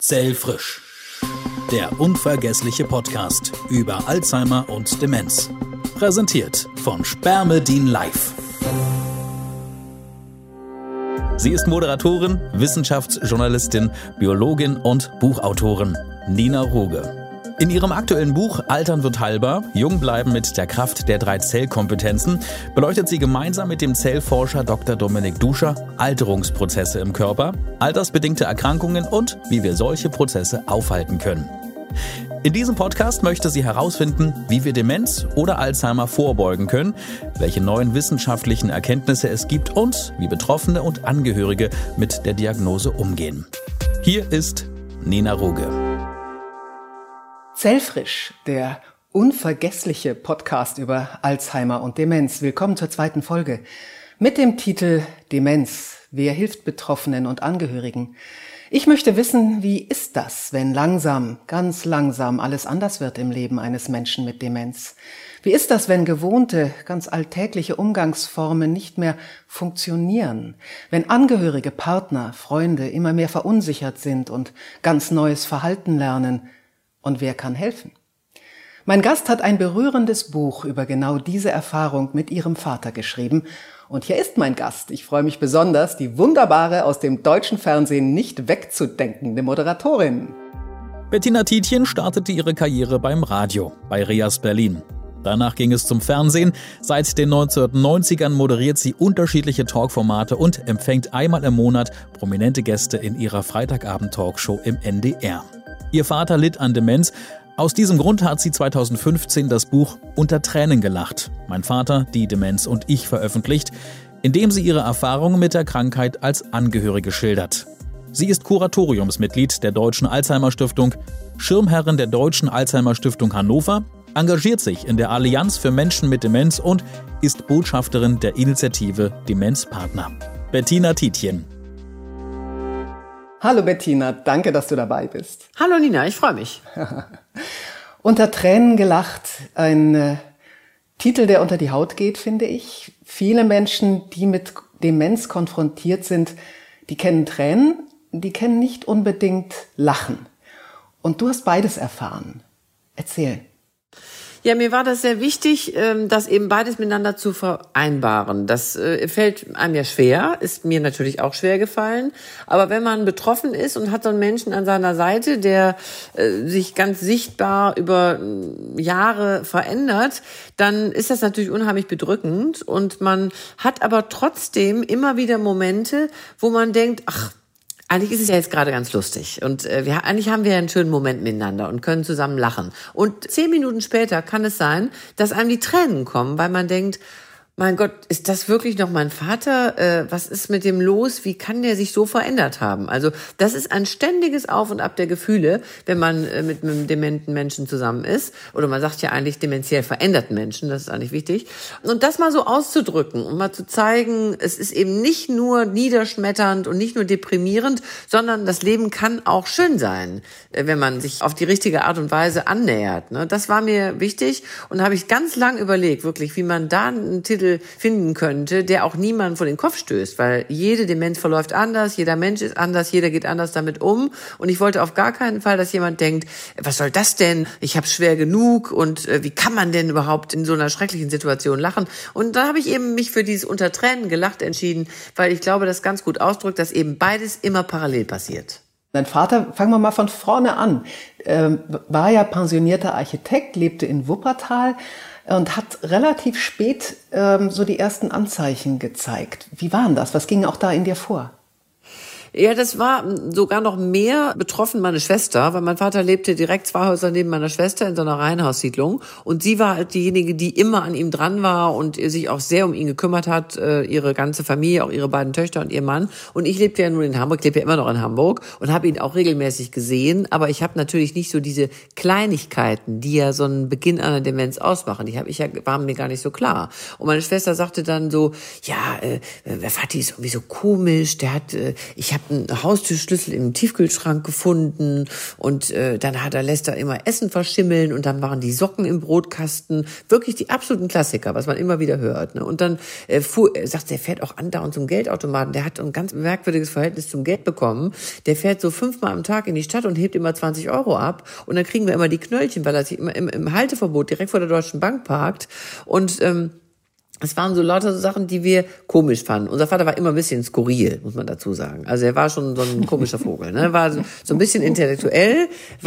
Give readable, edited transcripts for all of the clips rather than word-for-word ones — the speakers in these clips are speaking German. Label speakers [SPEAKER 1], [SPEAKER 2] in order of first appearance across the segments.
[SPEAKER 1] Zellfrisch, der unvergessliche Podcast über Alzheimer und Demenz. Präsentiert von Spermedin Live. Sie ist Moderatorin, Wissenschaftsjournalistin, Biologin und Buchautorin Nina Ruge. In ihrem aktuellen Buch Altern wird heilbar, Jung bleiben mit der Kraft der 3 Zellkompetenzen beleuchtet sie gemeinsam mit dem Zellforscher Dr. Dominik Duscher Alterungsprozesse im Körper, altersbedingte Erkrankungen und wie wir solche Prozesse aufhalten können. In diesem Podcast möchte sie herausfinden, wie wir Demenz oder Alzheimer vorbeugen können, welche neuen wissenschaftlichen Erkenntnisse es gibt und wie Betroffene und Angehörige mit der Diagnose umgehen. Hier ist Nina Ruge.
[SPEAKER 2] Zellfrisch, der unvergessliche Podcast über Alzheimer und Demenz. Willkommen zur 2. Folge mit dem Titel Demenz. Wer hilft Betroffenen und Angehörigen? Ich möchte wissen, wie ist das, wenn langsam, ganz langsam alles anders wird im Leben eines Menschen mit Demenz? Wie ist das, wenn gewohnte, ganz alltägliche Umgangsformen nicht mehr funktionieren? Wenn Angehörige, Partner, Freunde immer mehr verunsichert sind und ganz neues Verhalten lernen? Und wer kann helfen? Mein Gast hat ein berührendes Buch über genau diese Erfahrung mit ihrem Vater geschrieben. Und hier ist mein Gast. Ich freue mich besonders, die wunderbare, aus dem deutschen Fernsehen nicht wegzudenkende Moderatorin.
[SPEAKER 1] Bettina Tietjen startete ihre Karriere beim Radio, bei RIAS Berlin. Danach ging es zum Fernsehen. Seit den 1990ern moderiert sie unterschiedliche Talkformate und empfängt einmal im Monat prominente Gäste in ihrer Freitagabend-Talkshow im NDR. Ihr Vater litt an Demenz. Aus diesem Grund hat sie 2015 das Buch Unter Tränen gelacht. Mein Vater, die Demenz und ich veröffentlicht, in dem sie ihre Erfahrungen mit der Krankheit als Angehörige schildert. Sie ist Kuratoriumsmitglied der Deutschen Alzheimer Stiftung, Schirmherrin der Deutschen Alzheimer Stiftung Hannover, engagiert sich in der Allianz für Menschen mit Demenz und ist Botschafterin der Initiative Demenzpartner. Bettina Tietjen.
[SPEAKER 2] Hallo Bettina, danke, dass du dabei bist.
[SPEAKER 3] Hallo Nina, ich freue mich.
[SPEAKER 2] Unter Tränen gelacht, ein Titel, der unter die Haut geht, finde ich. Viele Menschen, die mit Demenz konfrontiert sind, die kennen Tränen, die kennen nicht unbedingt Lachen. Und du hast beides erfahren. Erzähl.
[SPEAKER 3] Ja, mir war das sehr wichtig, das eben beides miteinander zu vereinbaren. Das fällt einem ja schwer, ist mir natürlich auch schwer gefallen. Aber wenn man betroffen ist und hat so einen Menschen an seiner Seite, der sich ganz sichtbar über Jahre verändert, dann ist das natürlich unheimlich bedrückend. Und man hat aber trotzdem immer wieder Momente, wo man denkt, ach, eigentlich ist es ja jetzt gerade ganz lustig und eigentlich haben wir ja einen schönen Moment miteinander und können zusammen lachen. Und 10 Minuten später kann es sein, dass einem die Tränen kommen, weil man denkt, mein Gott, ist das wirklich noch mein Vater? Was ist mit dem los? Wie kann der sich so verändert haben? Also das ist ein ständiges Auf und Ab der Gefühle, wenn man mit einem dementen Menschen zusammen ist. Oder man sagt ja eigentlich dementiell veränderten Menschen, das ist eigentlich wichtig. Und das mal so auszudrücken und mal zu zeigen, es ist eben nicht nur niederschmetternd und nicht nur deprimierend, sondern das Leben kann auch schön sein, wenn man sich auf die richtige Art und Weise annähert. Das war mir wichtig und da habe ich ganz lang überlegt, wirklich, wie man da einen Titel finden könnte, der auch niemanden vor den Kopf stößt, weil jede Demenz verläuft anders, jeder Mensch ist anders, jeder geht anders damit um und ich wollte auf gar keinen Fall, dass jemand denkt, was soll das denn, ich hab's schwer genug und wie kann man denn überhaupt in so einer schrecklichen Situation lachen? Und da habe ich eben mich für dieses Unter Tränen gelacht entschieden, weil ich glaube, das ganz gut ausdrückt, dass eben beides immer parallel passiert.
[SPEAKER 2] Dein Vater, fangen wir mal von vorne an, war ja pensionierter Architekt, lebte in Wuppertal und hat relativ spät so die ersten Anzeichen gezeigt. Wie waren das? Was ging auch da in dir vor?
[SPEAKER 3] Ja, das war sogar noch mehr betroffen meine Schwester, weil mein Vater lebte direkt 2 Häuser neben meiner Schwester in so einer Reihenhaussiedlung und sie war halt diejenige, die immer an ihm dran war und sich auch sehr um ihn gekümmert hat, ihre ganze Familie, auch ihre beiden Töchter und ihr Mann. Und ich lebte ja nun in Hamburg, lebe ja immer noch in Hamburg und habe ihn auch regelmäßig gesehen, aber ich habe natürlich nicht so diese Kleinigkeiten, die ja so einen Beginn einer Demenz ausmachen, waren mir gar nicht so klar. Und meine Schwester sagte dann so, ja, der Vati ist irgendwie so komisch, ich habe hat einen Haustürschlüssel im Tiefkühlschrank gefunden und dann lässt er immer Essen verschimmeln und dann waren die Socken im Brotkasten. Wirklich die absoluten Klassiker, was man immer wieder hört. Ne? Und dann sagt, der fährt auch andauernd zum Geldautomaten. Der hat ein ganz merkwürdiges Verhältnis zum Geld bekommen. Der fährt so 5-mal am Tag in die Stadt und hebt immer 20 € ab. Und dann kriegen wir immer die Knöllchen, weil er sich immer im Halteverbot direkt vor der Deutschen Bank parkt. Und es waren so lauter so Sachen, die wir komisch fanden. Unser Vater war immer ein bisschen skurril, muss man dazu sagen. Also er war schon so ein komischer Vogel, ne? War so ein bisschen intellektuell,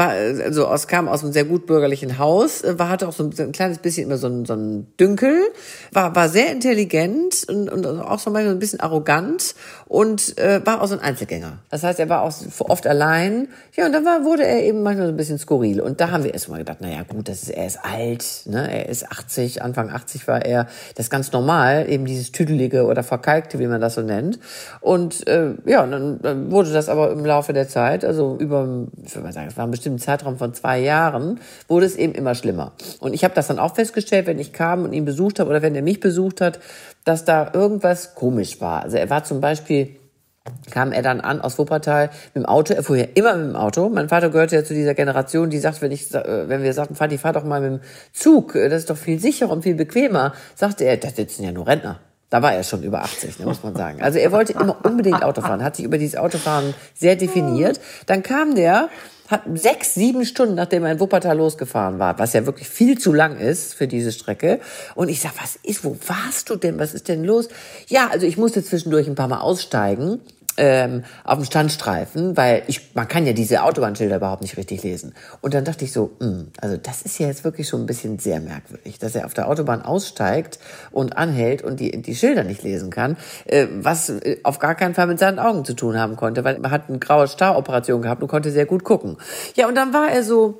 [SPEAKER 3] kam aus einem sehr gut bürgerlichen Haus, hatte auch so ein kleines bisschen immer so ein Dünkel, war sehr intelligent und auch so manchmal ein bisschen arrogant und war auch so ein Einzelgänger. Das heißt, er war auch oft allein. Ja, und dann wurde er eben manchmal so ein bisschen skurril. Und da haben wir erst mal gedacht, naja gut, er ist alt, ne? Er ist 80, Anfang 80 war er. Das ist ganz normal, eben dieses Tüdelige oder Verkalkte, wie man das so nennt. Und dann wurde das aber im Laufe der Zeit, also ich würde mal sagen, es war ein bestimmter Zeitraum von 2 Jahren, wurde es eben immer schlimmer. Und ich habe das dann auch festgestellt, wenn ich kam und ihn besucht habe oder wenn er mich besucht hat, dass da irgendwas komisch war. Also er war zum Beispiel, kam er dann an aus Wuppertal mit dem Auto. Er fuhr ja immer mit dem Auto. Mein Vater gehörte ja zu dieser Generation, die sagt, wenn wir sagten, Vati, fahr doch mal mit dem Zug, das ist doch viel sicherer und viel bequemer, sagte er, da sitzen ja nur Rentner. Da war er schon über 80, ne, muss man sagen. Also er wollte immer unbedingt Auto fahren, hat sich über dieses Autofahren sehr definiert. Dann kam hat 6-7 Stunden, nachdem er in Wuppertal losgefahren war, was ja wirklich viel zu lang ist für diese Strecke. Und ich sag, wo warst du denn? Was ist denn los? Ja, also ich musste zwischendurch ein paar Mal aussteigen, auf dem Standstreifen, weil man kann ja diese Autobahnschilder überhaupt nicht richtig lesen. Und dann dachte ich so, also das ist ja jetzt wirklich schon ein bisschen sehr merkwürdig, dass er auf der Autobahn aussteigt und anhält und die Schilder nicht lesen kann, was auf gar keinen Fall mit seinen Augen zu tun haben konnte, weil er hat eine graue Staroperation gehabt und konnte sehr gut gucken. Ja, und dann war er so,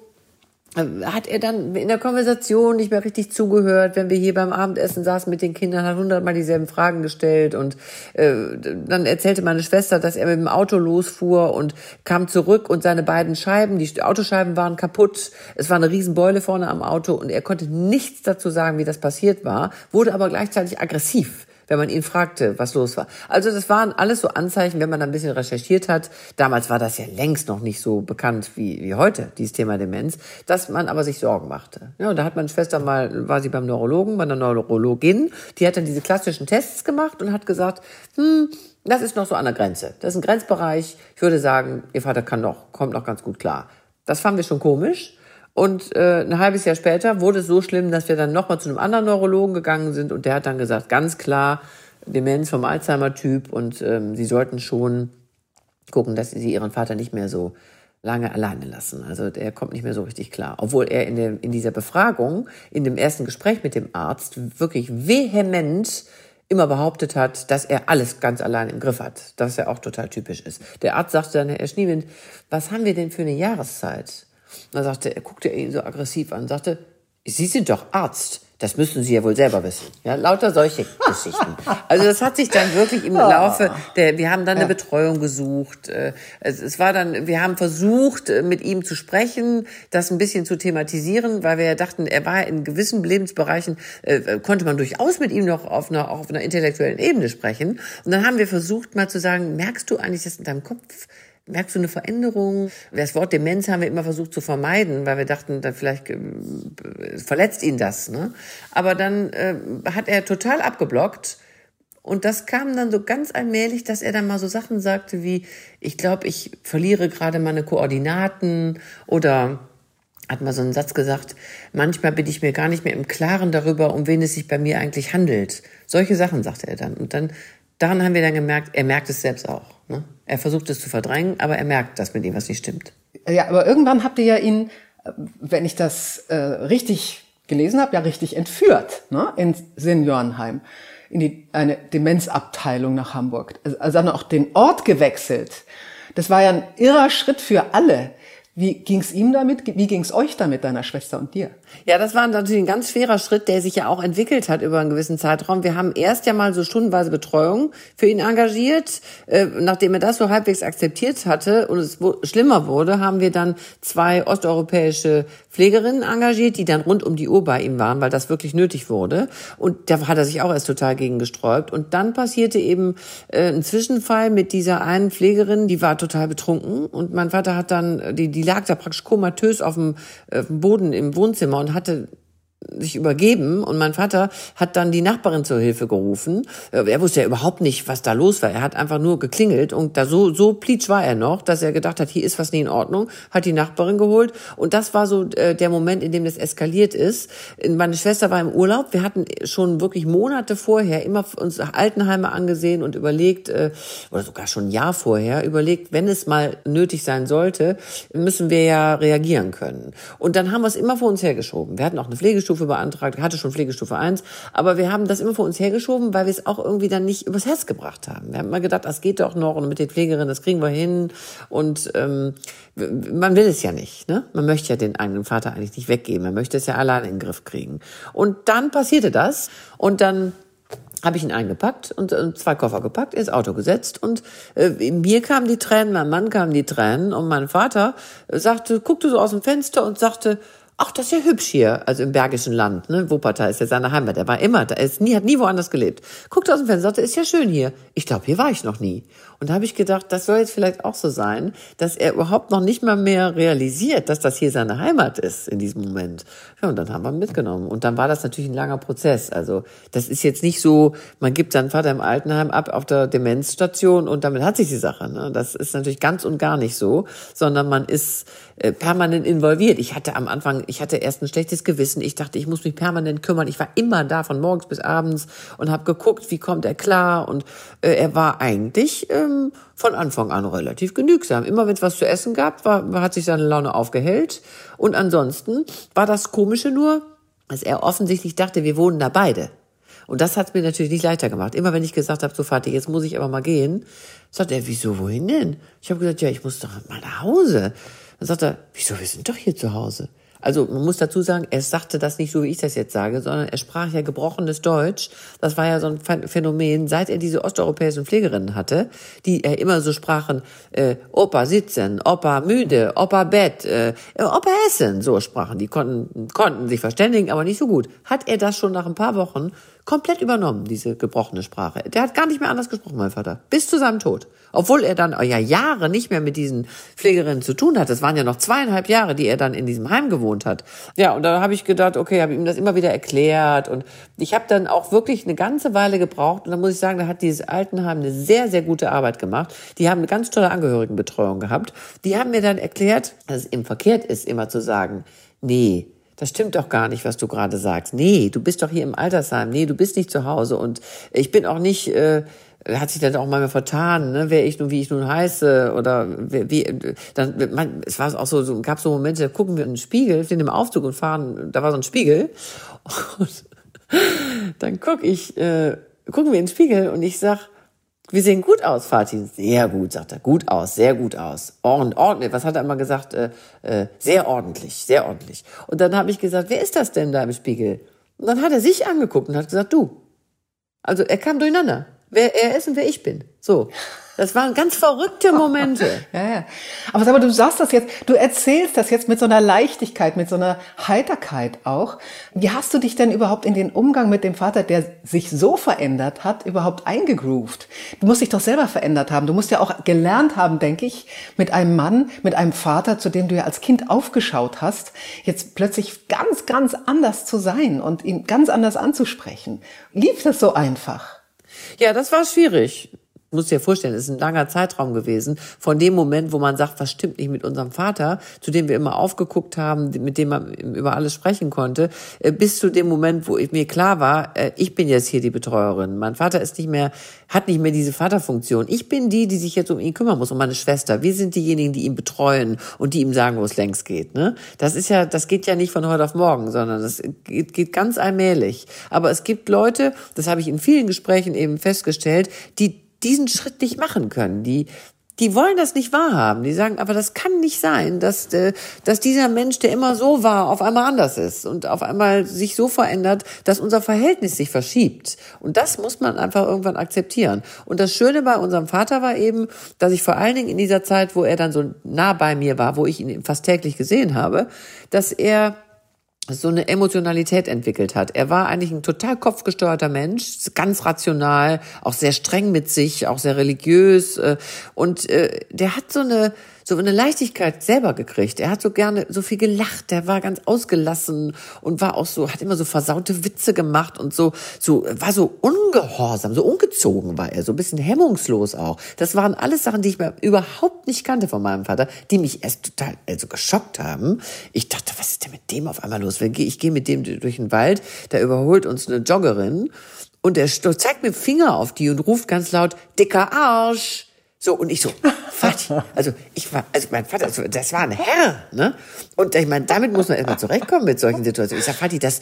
[SPEAKER 3] hat er dann in der Konversation nicht mehr richtig zugehört, wenn wir hier beim Abendessen saßen mit den Kindern, hat 100-mal dieselben Fragen gestellt und dann erzählte meine Schwester, dass er mit dem Auto losfuhr und kam zurück und seine beiden Scheiben, die Autoscheiben waren kaputt, es war eine Riesenbeule vorne am Auto und er konnte nichts dazu sagen, wie das passiert war, wurde aber gleichzeitig aggressiv, wenn man ihn fragte, was los war. Also das waren alles so Anzeichen, wenn man ein bisschen recherchiert hat. Damals war das ja längst noch nicht so bekannt wie heute, dieses Thema Demenz, dass man aber sich Sorgen machte. Ja, und da hat meine Schwester war sie beim Neurologen, bei einer Neurologin, die hat dann diese klassischen Tests gemacht und hat gesagt, das ist noch so an der Grenze. Das ist ein Grenzbereich. Ich würde sagen, Ihr Vater kommt noch ganz gut klar. Das fanden wir schon komisch. Und ein halbes Jahr später wurde es so schlimm, dass wir dann nochmal zu einem anderen Neurologen gegangen sind und der hat dann gesagt, ganz klar, Demenz vom Alzheimer-Typ und sie sollten schon gucken, dass sie ihren Vater nicht mehr so lange alleine lassen. Also der kommt nicht mehr so richtig klar. Obwohl er in dieser Befragung, in dem ersten Gespräch mit dem Arzt wirklich vehement immer behauptet hat, dass er alles ganz allein im Griff hat, dass er auch total typisch ist. Der Arzt sagte dann, Herr Schniewind, was haben wir denn für eine Jahreszeit? Und dann guckte er ihn so aggressiv an und sagte, Sie sind doch Arzt, das müssen Sie ja wohl selber wissen. Ja, lauter solche Geschichten. Also das hat sich dann wirklich im Laufe wir haben dann eine Betreuung gesucht. Wir haben versucht, mit ihm zu sprechen, das ein bisschen zu thematisieren, weil wir ja dachten, er war in gewissen Lebensbereichen, konnte man durchaus mit ihm noch auf einer intellektuellen Ebene sprechen. Und dann haben wir versucht, mal zu sagen, merkst du eigentlich das in deinem Kopf? Merkst du eine Veränderung? Das Wort Demenz haben wir immer versucht zu vermeiden, weil wir dachten, dann vielleicht verletzt ihn das. Ne? Aber dann hat er total abgeblockt. Und das kam dann so ganz allmählich, dass er dann mal so Sachen sagte wie, ich glaube, ich verliere gerade meine Koordinaten oder hat mal so einen Satz gesagt, manchmal bin ich mir gar nicht mehr im Klaren darüber, um wen es sich bei mir eigentlich handelt. Solche Sachen sagte er dann. Und daran haben wir dann gemerkt, er merkt es selbst auch. Ne? Er versucht es zu verdrängen, aber er merkt, dass mit ihm was nicht stimmt.
[SPEAKER 2] Ja, aber irgendwann habt ihr ja ihn, wenn ich das richtig gelesen habe, ja richtig entführt, ne? Ins Seniorenheim, in eine Demenzabteilung nach Hamburg. Also dann auch den Ort gewechselt. Das war ja ein irrer Schritt für alle. Wie ging's ihm damit? Wie ging's euch damit, deiner Schwester und dir?
[SPEAKER 3] Ja, das war natürlich ein ganz schwerer Schritt, der sich ja auch entwickelt hat über einen gewissen Zeitraum. Wir haben erst ja mal so stundenweise Betreuung für ihn engagiert. Nachdem er das so halbwegs akzeptiert hatte und es schlimmer wurde, haben wir dann 2 osteuropäische Pflegerinnen engagiert, die dann rund um die Uhr bei ihm waren, weil das wirklich nötig wurde. Und da hat er sich auch erst total gegen gesträubt. Und dann passierte eben ein Zwischenfall mit dieser einen Pflegerin, die war total betrunken. Und mein Vater hat dann, die lag da praktisch komatös auf dem Boden im Wohnzimmer und hatte sich übergeben und mein Vater hat dann die Nachbarin zur Hilfe gerufen. Er wusste ja überhaupt nicht, was da los war. Er hat einfach nur geklingelt und da so plitsch war er noch, dass er gedacht hat, hier ist was nicht in Ordnung, hat die Nachbarin geholt und das war so der Moment, in dem das eskaliert ist. Meine Schwester war im Urlaub. Wir hatten schon wirklich Monate vorher immer uns Altenheime angesehen und überlegt, oder sogar schon ein Jahr vorher, überlegt, wenn es mal nötig sein sollte, müssen wir ja reagieren können. Und dann haben wir es immer vor uns hergeschoben. Wir hatten auch eine Pflegestufe beantragt, hatte schon Pflegestufe 1, aber wir haben das immer vor uns hergeschoben, weil wir es auch irgendwie dann nicht übers Herz gebracht haben. Wir haben immer gedacht, das geht doch noch und mit den Pflegerinnen, das kriegen wir hin und man will es ja nicht, ne? Man möchte ja den eigenen Vater eigentlich nicht weggeben, man möchte es ja alleine in den Griff kriegen. Und dann passierte das und dann habe ich ihn eingepackt und 2 Koffer gepackt, ins Auto gesetzt und mir kamen die Tränen, meinem Mann kamen die Tränen und mein Vater guckte so aus dem Fenster und sagte, ach, das ist ja hübsch hier, also im Bergischen Land, ne? Wuppertal ist ja seine Heimat, er war immer da, hat nie woanders gelebt. Guckte aus dem Fenster, sagte, ist ja schön hier. Ich glaube, hier war ich noch nie. Und da habe ich gedacht, das soll jetzt vielleicht auch so sein, dass er überhaupt noch nicht mal mehr realisiert, dass das hier seine Heimat ist in diesem Moment. Ja, und dann haben wir ihn mitgenommen. Und dann war das natürlich ein langer Prozess. Also das ist jetzt nicht so, man gibt seinen Vater im Altenheim ab auf der Demenzstation und damit hat sich die Sache. Ne? Das ist natürlich ganz und gar nicht so, sondern man ist permanent involviert. Ich hatte erst ein schlechtes Gewissen. Ich dachte, ich muss mich permanent kümmern. Ich war immer da von morgens bis abends und habe geguckt, wie kommt er klar. Und er war eigentlich von Anfang an relativ genügsam. Immer wenn es was zu essen gab, hat sich seine Laune aufgehellt. Und ansonsten war das Komische nur, dass er offensichtlich dachte, wir wohnen da beide. Und das hat es mir natürlich nicht leichter gemacht. Immer wenn ich gesagt habe, so Vati, jetzt muss ich aber mal gehen, sagt er, wieso, wohin denn? Ich habe gesagt, ja, ich muss doch mal nach Hause. Dann sagt er, wieso, wir sind doch hier zu Hause. Also man muss dazu sagen, er sagte das nicht so, wie ich das jetzt sage, sondern er sprach ja gebrochenes Deutsch. Das war ja so ein Phänomen, seit er diese osteuropäischen Pflegerinnen hatte, die immer so sprachen, Opa sitzen, Opa müde, Opa Bett, Opa essen, so sprachen. Die konnten sich verständigen, aber nicht so gut. Hat er das schon nach ein paar Wochen komplett übernommen, diese gebrochene Sprache. Der hat gar nicht mehr anders gesprochen, mein Vater, bis zu seinem Tod. Obwohl er dann ja Jahre nicht mehr mit diesen Pflegerinnen zu tun hat. Das waren ja noch 2,5 Jahre, die er dann in diesem Heim gewohnt hat. Ja, und da habe ich gedacht, okay, habe ihm das immer wieder erklärt. Und ich habe dann auch wirklich eine ganze Weile gebraucht. Und da muss ich sagen, da hat dieses Altenheim eine sehr, sehr gute Arbeit gemacht. Die haben eine ganz tolle Angehörigenbetreuung gehabt. Die haben mir dann erklärt, dass es eben verkehrt ist, immer zu sagen, nee, das stimmt doch gar nicht, was du gerade sagst. Nee, du bist doch hier im Altersheim. Nee, du bist nicht zu Hause. Und ich bin auch nicht, hat sich dann auch mal vertan, ne? Wer ich nun, wie ich nun heiße oder es war auch so, gab so Momente, da gucken wir in den Spiegel, sind im Aufzug und fahren, da war so ein Spiegel. Und dann gucken wir in den Spiegel und ich sag, wir sehen gut aus, Vati. Sehr gut, sagt er. Gut aus, sehr gut aus. Ordentlich. Was hat er immer gesagt? Sehr ordentlich, sehr ordentlich. Und dann habe ich gesagt, wer ist das denn da im Spiegel? Und dann hat er sich angeguckt und hat gesagt, du. Also er kam durcheinander. Wer er ist und wer ich bin. So. Das waren ganz verrückte Momente.
[SPEAKER 2] Ja. Aber sag mal, du erzählst das jetzt mit so einer Leichtigkeit, mit so einer Heiterkeit auch. Wie hast du dich denn überhaupt in den Umgang mit dem Vater, der sich so verändert hat, überhaupt eingegroovt? Du musst dich doch selber verändert haben. Du musst ja auch gelernt haben, denke ich, mit einem Mann, mit einem Vater, zu dem du ja als Kind aufgeschaut hast, jetzt plötzlich ganz, ganz anders zu sein und ihn ganz anders anzusprechen. Lief das so einfach?
[SPEAKER 3] Ja, das war schwierig. Du musst dir vorstellen, es ist ein langer Zeitraum gewesen, von dem Moment, wo man sagt, was stimmt nicht mit unserem Vater, zu dem wir immer aufgeguckt haben, mit dem man über alles sprechen konnte, bis zu dem Moment, wo mir klar war, ich bin jetzt hier die Betreuerin. Mein Vater hat nicht mehr diese Vaterfunktion. Ich bin die sich jetzt um ihn kümmern muss, um meine Schwester. Wir sind diejenigen, die ihn betreuen und die ihm sagen, wo es längst geht. Ne? Das geht ja nicht von heute auf morgen, sondern das geht ganz allmählich. Aber es gibt Leute, das habe ich in vielen Gesprächen eben festgestellt, die diesen Schritt nicht machen können, die die wollen das nicht wahrhaben. Die sagen, aber das kann nicht sein, dass dieser Mensch, der immer so war, auf einmal anders ist und auf einmal sich so verändert, dass unser Verhältnis sich verschiebt. Und das muss man einfach irgendwann akzeptieren. Und das Schöne bei unserem Vater war eben, dass ich vor allen Dingen in dieser Zeit, wo er dann so nah bei mir war, wo ich ihn fast täglich gesehen habe, dass er so eine Emotionalität entwickelt hat. Er war eigentlich ein total kopfgesteuerter Mensch, ganz rational, auch sehr streng mit sich, auch sehr religiös. Und der hat so eine Leichtigkeit selber gekriegt. Er hat so gerne so viel gelacht, der war ganz ausgelassen und war auch so, hat immer so versaute Witze gemacht und war so ungehorsam, so ungezogen war er, so ein bisschen hemmungslos auch. Das waren alles Sachen, die ich mir überhaupt nicht kannte von meinem Vater, die mich erst total geschockt haben. Ich dachte, was ist denn mit dem auf einmal los? Ich gehe mit dem durch den Wald, da überholt uns eine Joggerin und er zeigt mit dem Finger auf die und ruft ganz laut, dicker Arsch. So, und ich so, Vati, mein Vater, das war ein Herr, ne? Und ich meine, damit muss man erstmal zurechtkommen mit solchen Situationen. Ich sag, Vati, das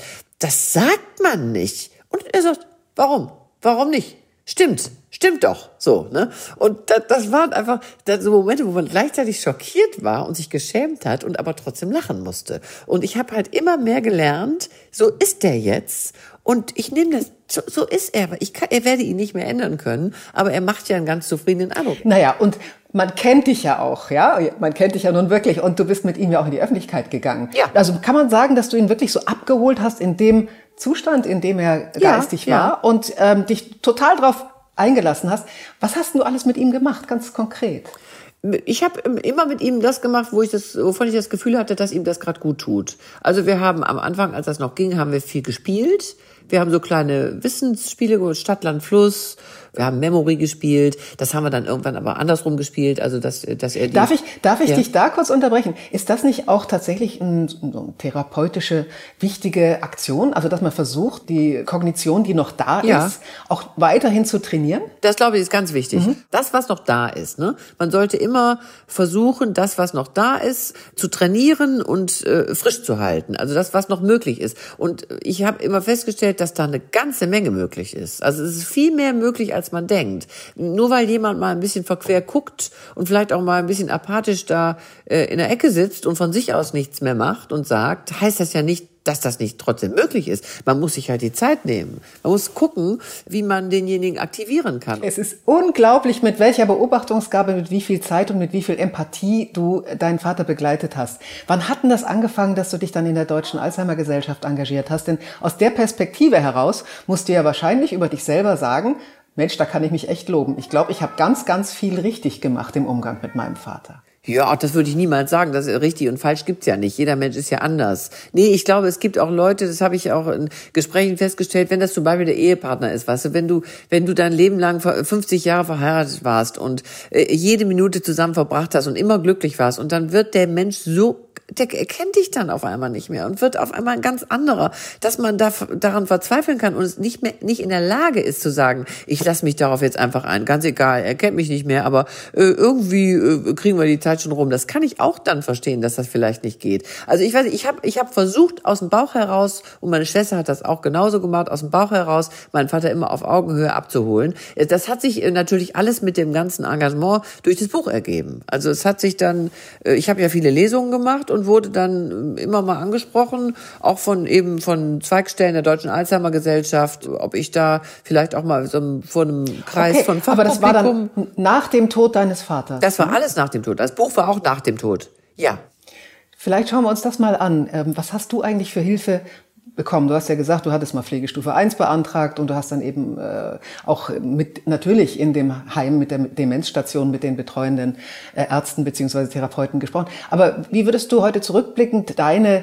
[SPEAKER 3] sagt man nicht. Und er sagt, warum? Warum nicht? Stimmt doch, so, ne? Und das waren einfach so Momente, wo man gleichzeitig schockiert war und sich geschämt hat und aber trotzdem lachen musste. Und ich habe halt immer mehr gelernt, so ist der jetzt. Und ich nehme das, so ist er. Er werde ihn nicht mehr ändern können, aber er macht ja einen ganz zufriedenen Eindruck.
[SPEAKER 2] Naja, und man kennt dich ja auch, ja? Man kennt dich ja nun wirklich und du bist mit ihm ja auch in die Öffentlichkeit gegangen.
[SPEAKER 3] Ja.
[SPEAKER 2] Also kann man sagen, dass du ihn wirklich so abgeholt hast in dem Zustand, in dem er geistig war und dich total drauf eingelassen hast. Was hast du alles mit ihm gemacht, ganz konkret?
[SPEAKER 3] Ich habe immer mit ihm das gemacht, wovon ich das Gefühl hatte, dass ihm das gerade gut tut. Also wir haben am Anfang, als das noch ging, haben wir viel gespielt. Wir haben so kleine Wissensspiele gemacht, Stadt, Land, Fluss. Wir haben Memory gespielt. Das haben wir dann irgendwann aber andersrum gespielt. Also dass er
[SPEAKER 2] Darf ich dich da kurz unterbrechen? Ist das nicht auch tatsächlich eine therapeutische, wichtige Aktion? Also dass man versucht, die Kognition, die noch da ist, auch weiterhin zu trainieren?
[SPEAKER 3] Das, glaube ich, ist ganz wichtig. Das, was noch da ist, ne? Man sollte immer versuchen, das, was noch da ist, zu trainieren und frisch zu halten. Also das, was noch möglich ist. Und ich habe immer festgestellt, dass da eine ganze Menge möglich ist. Also es ist viel mehr möglich, als man denkt. Nur weil jemand mal ein bisschen verquer guckt und vielleicht auch mal ein bisschen apathisch da in der Ecke sitzt und von sich aus nichts mehr macht und sagt, heißt das ja nicht, dass das nicht trotzdem möglich ist. Man muss sich halt die Zeit nehmen. Man muss gucken, wie man denjenigen aktivieren kann.
[SPEAKER 2] Es ist unglaublich, mit welcher Beobachtungsgabe, mit wie viel Zeit und mit wie viel Empathie du deinen Vater begleitet hast. Wann hat denn das angefangen, dass du dich dann in der Deutschen Alzheimer-Gesellschaft engagiert hast? Denn aus der Perspektive heraus musst du ja wahrscheinlich über dich selber sagen, Mensch, da kann ich mich echt loben. Ich glaube, ich habe ganz, ganz viel richtig gemacht im Umgang mit meinem Vater.
[SPEAKER 3] Ja, das würde ich niemals sagen. Das ist richtig und falsch gibt's ja nicht. Jeder Mensch ist ja anders. Nee, ich glaube, es gibt auch Leute, das habe ich auch in Gesprächen festgestellt, wenn das zum Beispiel der Ehepartner ist, weißt du, wenn du dein Leben lang 50 Jahre verheiratet warst und jede Minute zusammen verbracht hast und immer glücklich warst und dann wird der Mensch der erkennt dich dann auf einmal nicht mehr und wird auf einmal ein ganz anderer, dass man daran verzweifeln kann und es nicht in der Lage ist zu sagen, ich lasse mich darauf jetzt einfach ein, ganz egal, er kennt mich nicht mehr, aber irgendwie kriegen wir die Zeit schon rum. Das kann ich auch dann verstehen, dass das vielleicht nicht geht. Also ich weiß nicht, ich hab versucht aus dem Bauch heraus, und meine Schwester hat das auch genauso gemacht, aus dem Bauch heraus meinen Vater immer auf Augenhöhe abzuholen. Das hat sich natürlich alles mit dem ganzen Engagement durch das Buch ergeben. Also es hat sich dann, ich habe ja viele Lesungen gemacht und wurde dann immer mal angesprochen, auch von Zweigstellen der Deutschen Alzheimer-Gesellschaft, ob ich da vielleicht auch mal vor einem Kreis von Fachpublikum.
[SPEAKER 2] Aber das war dann nach dem Tod deines Vaters?
[SPEAKER 3] Das war alles nach dem Tod. Das Buch war auch nach dem Tod. Ja.
[SPEAKER 2] Vielleicht schauen wir uns das mal an. Was hast du eigentlich für Hilfe bekommen? Du hast ja gesagt, du hattest mal Pflegestufe 1 beantragt und du hast dann eben auch natürlich in dem Heim mit der Demenzstation mit den betreuenden Ärzten bzw. Therapeuten gesprochen. Aber wie würdest du heute zurückblickend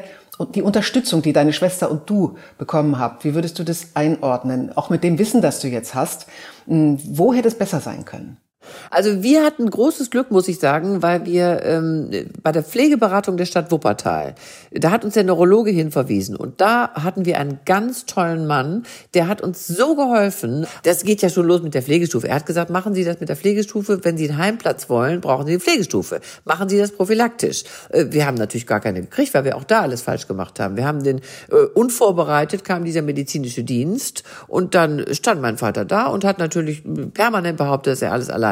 [SPEAKER 2] die Unterstützung, die deine Schwester und du bekommen habt, wie würdest du das einordnen? Auch mit dem Wissen, das du jetzt hast, wo hätte es besser sein können?
[SPEAKER 3] Also wir hatten großes Glück, muss ich sagen, weil wir bei der Pflegeberatung der Stadt Wuppertal, da hat uns der Neurologe hinverwiesen und da hatten wir einen ganz tollen Mann, der hat uns so geholfen. Das geht ja schon los mit der Pflegestufe. Er hat gesagt, machen Sie das mit der Pflegestufe, wenn Sie einen Heimplatz wollen, brauchen Sie eine Pflegestufe. Machen Sie das prophylaktisch. Wir haben natürlich gar keine gekriegt, weil wir auch da alles falsch gemacht haben. Wir haben unvorbereitet kam dieser medizinische Dienst und dann stand mein Vater da und hat natürlich permanent behauptet, dass er alles alleine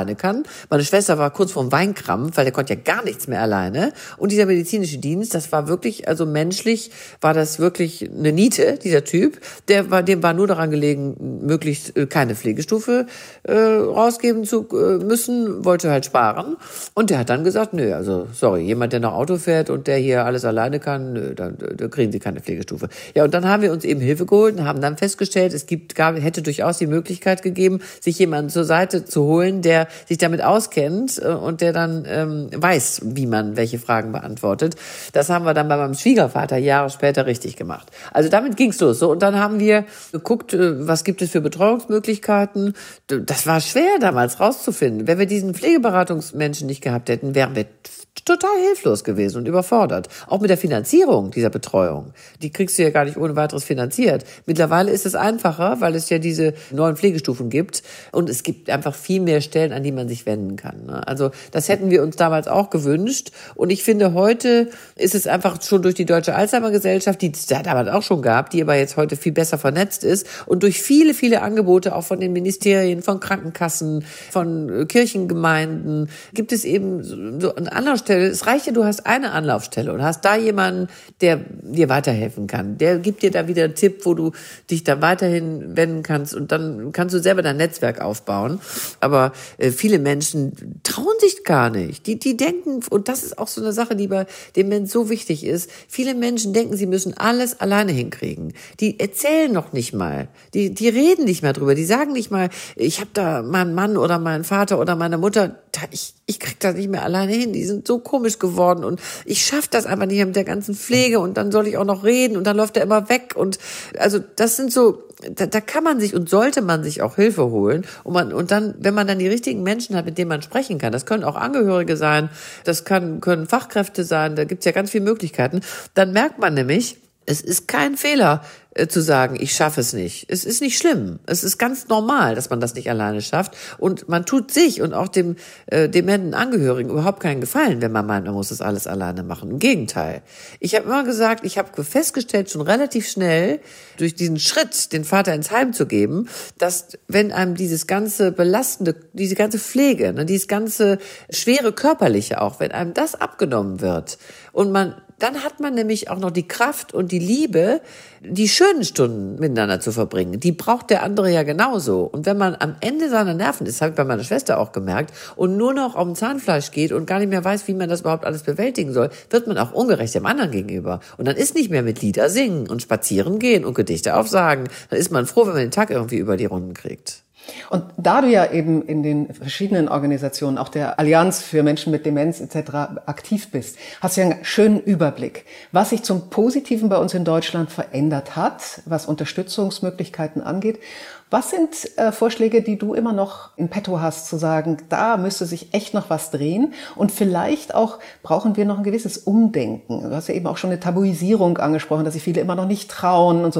[SPEAKER 3] alleine kann. Meine Schwester war kurz vorm Weinkrampf, weil der konnte ja gar nichts mehr alleine. Und dieser medizinische Dienst, das war wirklich, also menschlich war das wirklich eine Niete, dieser Typ. Dem war nur daran gelegen, möglichst keine Pflegestufe rausgeben zu müssen, wollte halt sparen. Und der hat dann gesagt, nö, also sorry, jemand, der noch Auto fährt und der hier alles alleine kann, nö, dann kriegen Sie keine Pflegestufe. Ja, und dann haben wir uns eben Hilfe geholt und haben dann festgestellt, hätte durchaus die Möglichkeit gegeben, sich jemanden zur Seite zu holen, der sich damit auskennt und der dann weiß, wie man welche Fragen beantwortet. Das haben wir dann bei meinem Schwiegervater Jahre später richtig gemacht. Also damit ging's los. So, und dann haben wir geguckt, was gibt es für Betreuungsmöglichkeiten. Das war schwer damals rauszufinden. Wenn wir diesen Pflegeberatungsmenschen nicht gehabt hätten, wären wir total hilflos gewesen und überfordert. Auch mit der Finanzierung dieser Betreuung. Die kriegst du ja gar nicht ohne weiteres finanziert. Mittlerweile ist es einfacher, weil es ja diese neuen Pflegestufen gibt und es gibt einfach viel mehr Stellen, an die man sich wenden kann. Also das hätten wir uns damals auch gewünscht und ich finde, heute ist es einfach schon durch die Deutsche Alzheimer-Gesellschaft, die es da damals auch schon gab, die aber jetzt heute viel besser vernetzt ist und durch viele, viele Angebote auch von den Ministerien, von Krankenkassen, von Kirchengemeinden gibt es eben so an anderer Stelle. Es reicht ja, du hast eine Anlaufstelle und hast da jemanden, der dir weiterhelfen kann. Der gibt dir da wieder einen Tipp, wo du dich da weiterhin wenden kannst und dann kannst du selber dein Netzwerk aufbauen. Aber viele Menschen trauen sich gar nicht. Die denken, und das ist auch so eine Sache, die bei dem Menschen so wichtig ist, viele Menschen denken, sie müssen alles alleine hinkriegen. Die erzählen noch nicht mal. Die reden nicht mal drüber. Die sagen nicht mal, ich habe da meinen Mann oder meinen Vater oder meine Mutter, ich krieg das nicht mehr alleine hin. Die sind so komisch geworden und ich schaffe das einfach nicht mehr mit der ganzen Pflege und dann soll ich auch noch reden und dann läuft er immer weg und also das sind so, da kann man sich und sollte man sich auch Hilfe holen und dann, wenn man dann die richtigen Menschen hat, mit denen man sprechen kann, das können auch Angehörige sein, das können Fachkräfte sein, da gibt's ja ganz viele Möglichkeiten, dann merkt man nämlich, es ist kein Fehler zu sagen, ich schaffe es nicht. Es ist nicht schlimm. Es ist ganz normal, dass man das nicht alleine schafft. Und man tut sich und auch dem dementen Angehörigen überhaupt keinen Gefallen, wenn man meint, man muss das alles alleine machen. Im Gegenteil. Ich habe immer gesagt, ich habe festgestellt, schon relativ schnell, durch diesen Schritt, den Vater ins Heim zu geben, dass wenn einem dieses ganze belastende, diese ganze Pflege, dieses ganze schwere Körperliche auch, wenn einem das abgenommen wird und dann hat man nämlich auch noch die Kraft und die Liebe, die schönen Stunden miteinander zu verbringen. Die braucht der andere ja genauso. Und wenn man am Ende seiner Nerven ist, habe ich bei meiner Schwester auch gemerkt, und nur noch auf dem Zahnfleisch geht und gar nicht mehr weiß, wie man das überhaupt alles bewältigen soll, wird man auch ungerecht dem anderen gegenüber. Und dann ist nicht mehr mit Lieder singen und spazieren gehen und Gedichte aufsagen. Dann ist man froh, wenn man den Tag irgendwie über die Runden kriegt.
[SPEAKER 2] Und da du ja eben in den verschiedenen Organisationen, auch der Allianz für Menschen mit Demenz etc. aktiv bist, hast du ja einen schönen Überblick, was sich zum Positiven bei uns in Deutschland verändert hat, was Unterstützungsmöglichkeiten angeht. Was sind Vorschläge, die du immer noch in petto hast, zu sagen, da müsste sich echt noch was drehen und vielleicht auch brauchen wir noch ein gewisses Umdenken. Du hast ja eben auch schon eine Tabuisierung angesprochen, dass sich viele immer noch nicht trauen und so.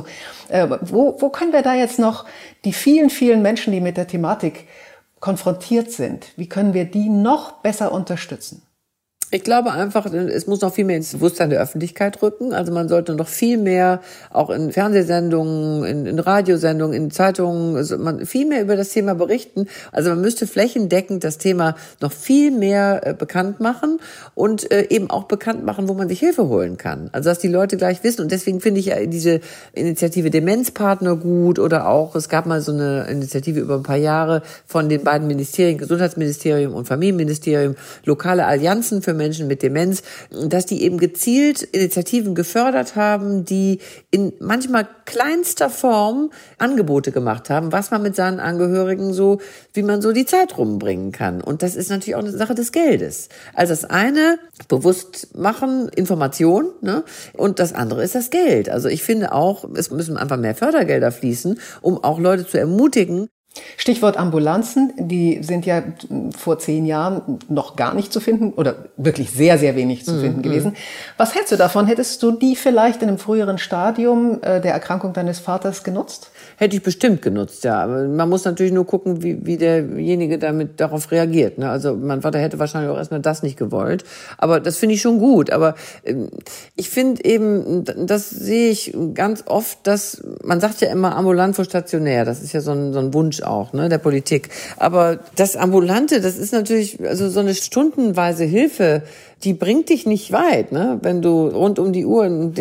[SPEAKER 2] Wo können wir da jetzt noch die vielen, vielen Menschen, die mit der Thematik konfrontiert sind, wie können wir die noch besser unterstützen?
[SPEAKER 3] Ich glaube einfach, es muss noch viel mehr ins Bewusstsein der Öffentlichkeit rücken. Also man sollte noch viel mehr, auch in Fernsehsendungen, in Radiosendungen, in Zeitungen, also viel mehr über das Thema berichten. Also man müsste flächendeckend das Thema noch viel mehr bekannt machen und eben auch bekannt machen, wo man sich Hilfe holen kann. Also dass die Leute gleich wissen. Und deswegen finde ich ja diese Initiative Demenzpartner gut oder auch, es gab mal so eine Initiative über ein paar Jahre von den beiden Ministerien, Gesundheitsministerium und Familienministerium, lokale Allianzen für Menschen mit Demenz, dass die eben gezielt Initiativen gefördert haben, die in manchmal kleinster Form Angebote gemacht haben, was man mit seinen Angehörigen so, wie man so die Zeit rumbringen kann. Und das ist natürlich auch eine Sache des Geldes. Also das eine, bewusst machen, Information, ne? Und das andere ist das Geld. Also ich finde auch, es müssen einfach mehr Fördergelder fließen, um auch Leute zu ermutigen.
[SPEAKER 2] Stichwort Ambulanzen, die sind ja vor 10 Jahren noch gar nicht zu finden oder wirklich sehr, sehr wenig zu finden gewesen. Was hältst du davon? Hättest du die vielleicht in einem früheren Stadium der Erkrankung deines Vaters genutzt?
[SPEAKER 3] Hätte ich bestimmt genutzt, ja. Aber man muss natürlich nur gucken, wie derjenige darauf reagiert. Ne? Also mein Vater hätte wahrscheinlich auch erstmal das nicht gewollt. Aber das finde ich schon gut. Aber ich finde eben, das sehe ich ganz oft, dass man sagt ja immer ambulant vor stationär. Das ist ja so ein Wunsch auch, ne, der Politik. Aber das Ambulante, das ist natürlich, also so eine stundenweise Hilfe, die bringt dich nicht weit, ne? Wenn du rund um die Uhr,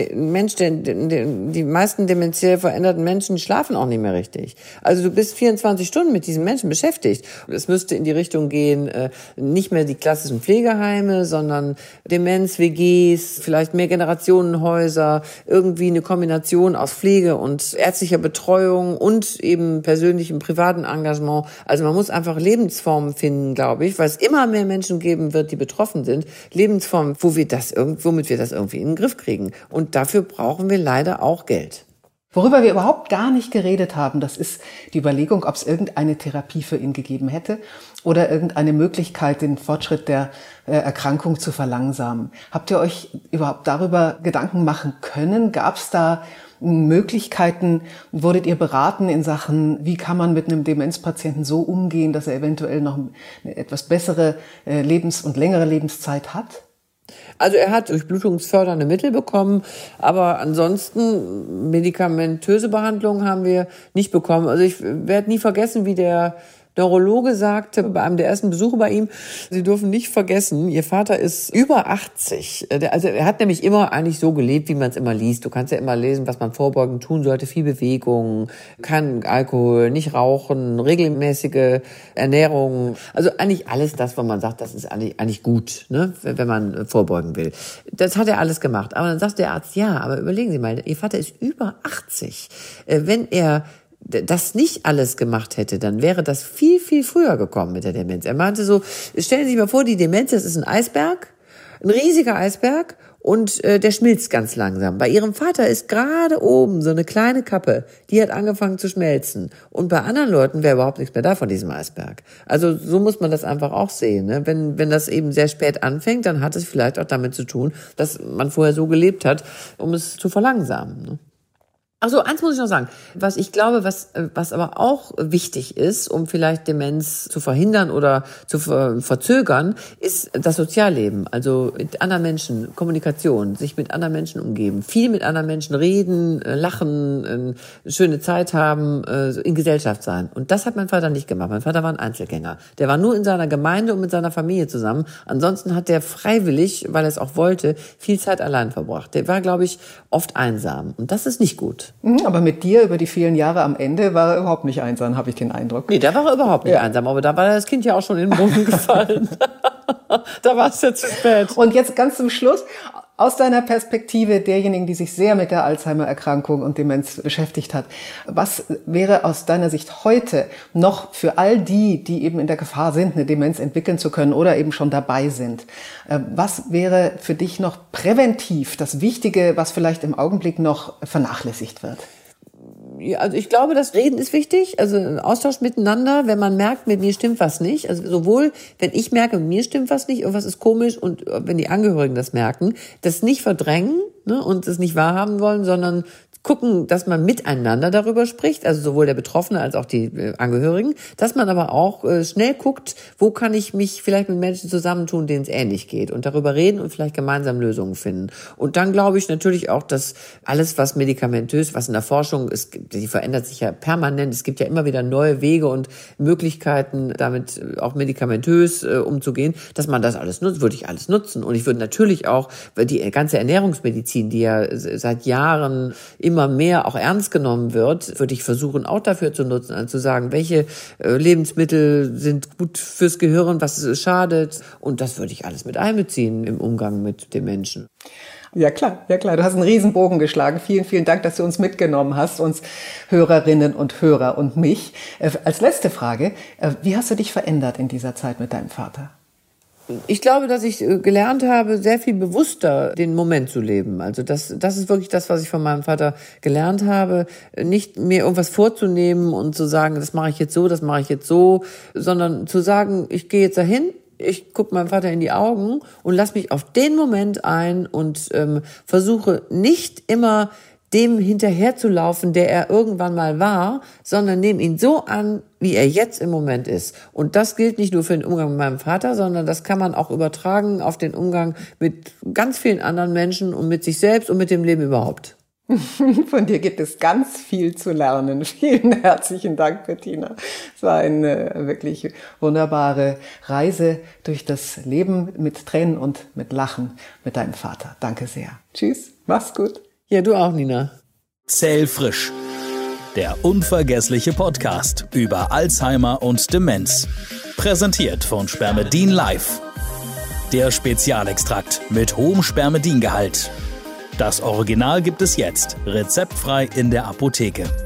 [SPEAKER 3] die meisten dementiell veränderten Menschen schlafen auch nicht mehr richtig. Also du bist 24 Stunden mit diesen Menschen beschäftigt. Es müsste in die Richtung gehen, nicht mehr die klassischen Pflegeheime, sondern Demenz-WGs, vielleicht Mehrgenerationenhäuser, irgendwie eine Kombination aus Pflege und ärztlicher Betreuung und eben persönlichem, privaten Engagement. Also man muss einfach Lebensformen finden, glaube ich, weil es immer mehr Menschen geben wird, die betroffen sind. Lebensformen, womit wir das irgendwie in den Griff kriegen. Und dafür brauchen wir leider auch Geld.
[SPEAKER 2] Worüber wir überhaupt gar nicht geredet haben, das ist die Überlegung, ob es irgendeine Therapie für ihn gegeben hätte oder irgendeine Möglichkeit, den Fortschritt der Erkrankung zu verlangsamen. Habt ihr euch überhaupt darüber Gedanken machen können? Gab es da Möglichkeiten? Wurdet ihr beraten in Sachen, wie kann man mit einem Demenzpatienten so umgehen, dass er eventuell noch eine etwas bessere und längere Lebenszeit hat?
[SPEAKER 3] Also er hat durchblutungsfördernde Mittel bekommen, aber ansonsten medikamentöse Behandlung haben wir nicht bekommen. Also ich werde nie vergessen, wie der Neurologe sagte bei einem der ersten Besuche bei ihm, Sie dürfen nicht vergessen, Ihr Vater ist über 80. Also er hat nämlich immer eigentlich so gelebt, wie man es immer liest. Du kannst ja immer lesen, was man vorbeugend tun sollte. Viel Bewegung, kein Alkohol, nicht rauchen, regelmäßige Ernährung. Also eigentlich alles das, wo man sagt, das ist eigentlich gut, ne, wenn man vorbeugen will. Das hat er alles gemacht. Aber dann sagt der Arzt, ja, aber überlegen Sie mal, Ihr Vater ist über 80. Wenn er das nicht alles gemacht hätte, dann wäre das viel, viel früher gekommen mit der Demenz. Er meinte so, stellen Sie sich mal vor, die Demenz, das ist ein Eisberg, ein riesiger Eisberg und der schmilzt ganz langsam. Bei Ihrem Vater ist gerade oben so eine kleine Kappe, die hat angefangen zu schmelzen. Und bei anderen Leuten wäre überhaupt nichts mehr da von diesem Eisberg. Also so muss man das einfach auch sehen, ne? Wenn das eben sehr spät anfängt, dann hat es vielleicht auch damit zu tun, dass man vorher so gelebt hat, um es zu verlangsamen, ne? Also eins muss ich noch sagen, was ich glaube, was aber auch wichtig ist, um vielleicht Demenz zu verhindern oder zu verzögern, ist das Sozialleben. Also mit anderen Menschen, Kommunikation, sich mit anderen Menschen umgeben, viel mit anderen Menschen reden, lachen, eine schöne Zeit haben, in Gesellschaft sein. Und das hat mein Vater nicht gemacht. Mein Vater war ein Einzelgänger. Der war nur in seiner Gemeinde und mit seiner Familie zusammen. Ansonsten hat der freiwillig, weil er es auch wollte, viel Zeit allein verbracht. Der war, glaube ich, oft einsam. Und das ist nicht gut.
[SPEAKER 2] Aber mit dir über die vielen Jahre am Ende war er überhaupt nicht einsam, habe ich den Eindruck.
[SPEAKER 3] Nee, da war er überhaupt nicht einsam, aber da war das Kind ja auch schon in den Brunnen gefallen. Da war es ja zu spät.
[SPEAKER 2] Und jetzt ganz zum Schluss, aus deiner Perspektive derjenigen, die sich sehr mit der Alzheimer-Erkrankung und Demenz beschäftigt hat, was wäre aus deiner Sicht heute noch für all die, die eben in der Gefahr sind, eine Demenz entwickeln zu können oder eben schon dabei sind, was wäre für dich noch präventiv das Wichtige, was vielleicht im Augenblick noch vernachlässigt wird?
[SPEAKER 3] Ja, also ich glaube, das Reden ist wichtig, also ein Austausch miteinander, wenn man merkt, mit mir stimmt was nicht, also sowohl, wenn ich merke, mit mir stimmt was nicht, irgendwas ist komisch und wenn die Angehörigen das merken, das nicht verdrängen, ne, und es nicht wahrhaben wollen, sondern gucken, dass man miteinander darüber spricht, also sowohl der Betroffene als auch die Angehörigen, dass man aber auch schnell guckt, wo kann ich mich vielleicht mit Menschen zusammentun, denen es ähnlich geht und darüber reden und vielleicht gemeinsam Lösungen finden. Und dann glaube ich natürlich auch, dass alles, was medikamentös, was in der Forschung ist, die verändert sich ja permanent, es gibt ja immer wieder neue Wege und Möglichkeiten, damit auch medikamentös umzugehen, dass man das alles nutzt, würde ich alles nutzen. Und ich würde natürlich auch die ganze Ernährungsmedizin, die ja seit Jahren immer mehr auch ernst genommen wird, würde ich versuchen, auch dafür zu nutzen, also zu sagen, welche Lebensmittel sind gut fürs Gehirn, was schadet. Und das würde ich alles mit einbeziehen im Umgang mit den Menschen.
[SPEAKER 2] Ja klar. Du hast einen Riesenbogen geschlagen. Vielen, vielen Dank, dass du uns mitgenommen hast, uns Hörerinnen und Hörer und mich. Als letzte Frage, wie hast du dich verändert in dieser Zeit mit deinem Vater?
[SPEAKER 3] Ich glaube, dass ich gelernt habe, sehr viel bewusster den Moment zu leben. Also das ist wirklich das, was ich von meinem Vater gelernt habe. Nicht mir irgendwas vorzunehmen und zu sagen, das mache ich jetzt so, sondern zu sagen, ich gehe jetzt dahin, ich gucke meinem Vater in die Augen und lass mich auf den Moment ein und versuche nicht immer dem hinterherzulaufen, der er irgendwann mal war, sondern nehme ihn so an, wie er jetzt im Moment ist. Und das gilt nicht nur für den Umgang mit meinem Vater, sondern das kann man auch übertragen auf den Umgang mit ganz vielen anderen Menschen und mit sich selbst und mit dem Leben überhaupt.
[SPEAKER 2] Von dir gibt es ganz viel zu lernen. Vielen herzlichen Dank, Bettina. Es war eine wirklich wunderbare Reise durch das Leben mit Tränen und mit Lachen mit deinem Vater. Danke sehr. Tschüss, mach's gut.
[SPEAKER 3] Ja, du auch, Nina.
[SPEAKER 1] Zellfrisch. Der unvergessliche Podcast über Alzheimer und Demenz. Präsentiert von Spermidin Live. Der Spezialextrakt mit hohem Spermidingehalt. Das Original gibt es jetzt, rezeptfrei in der Apotheke.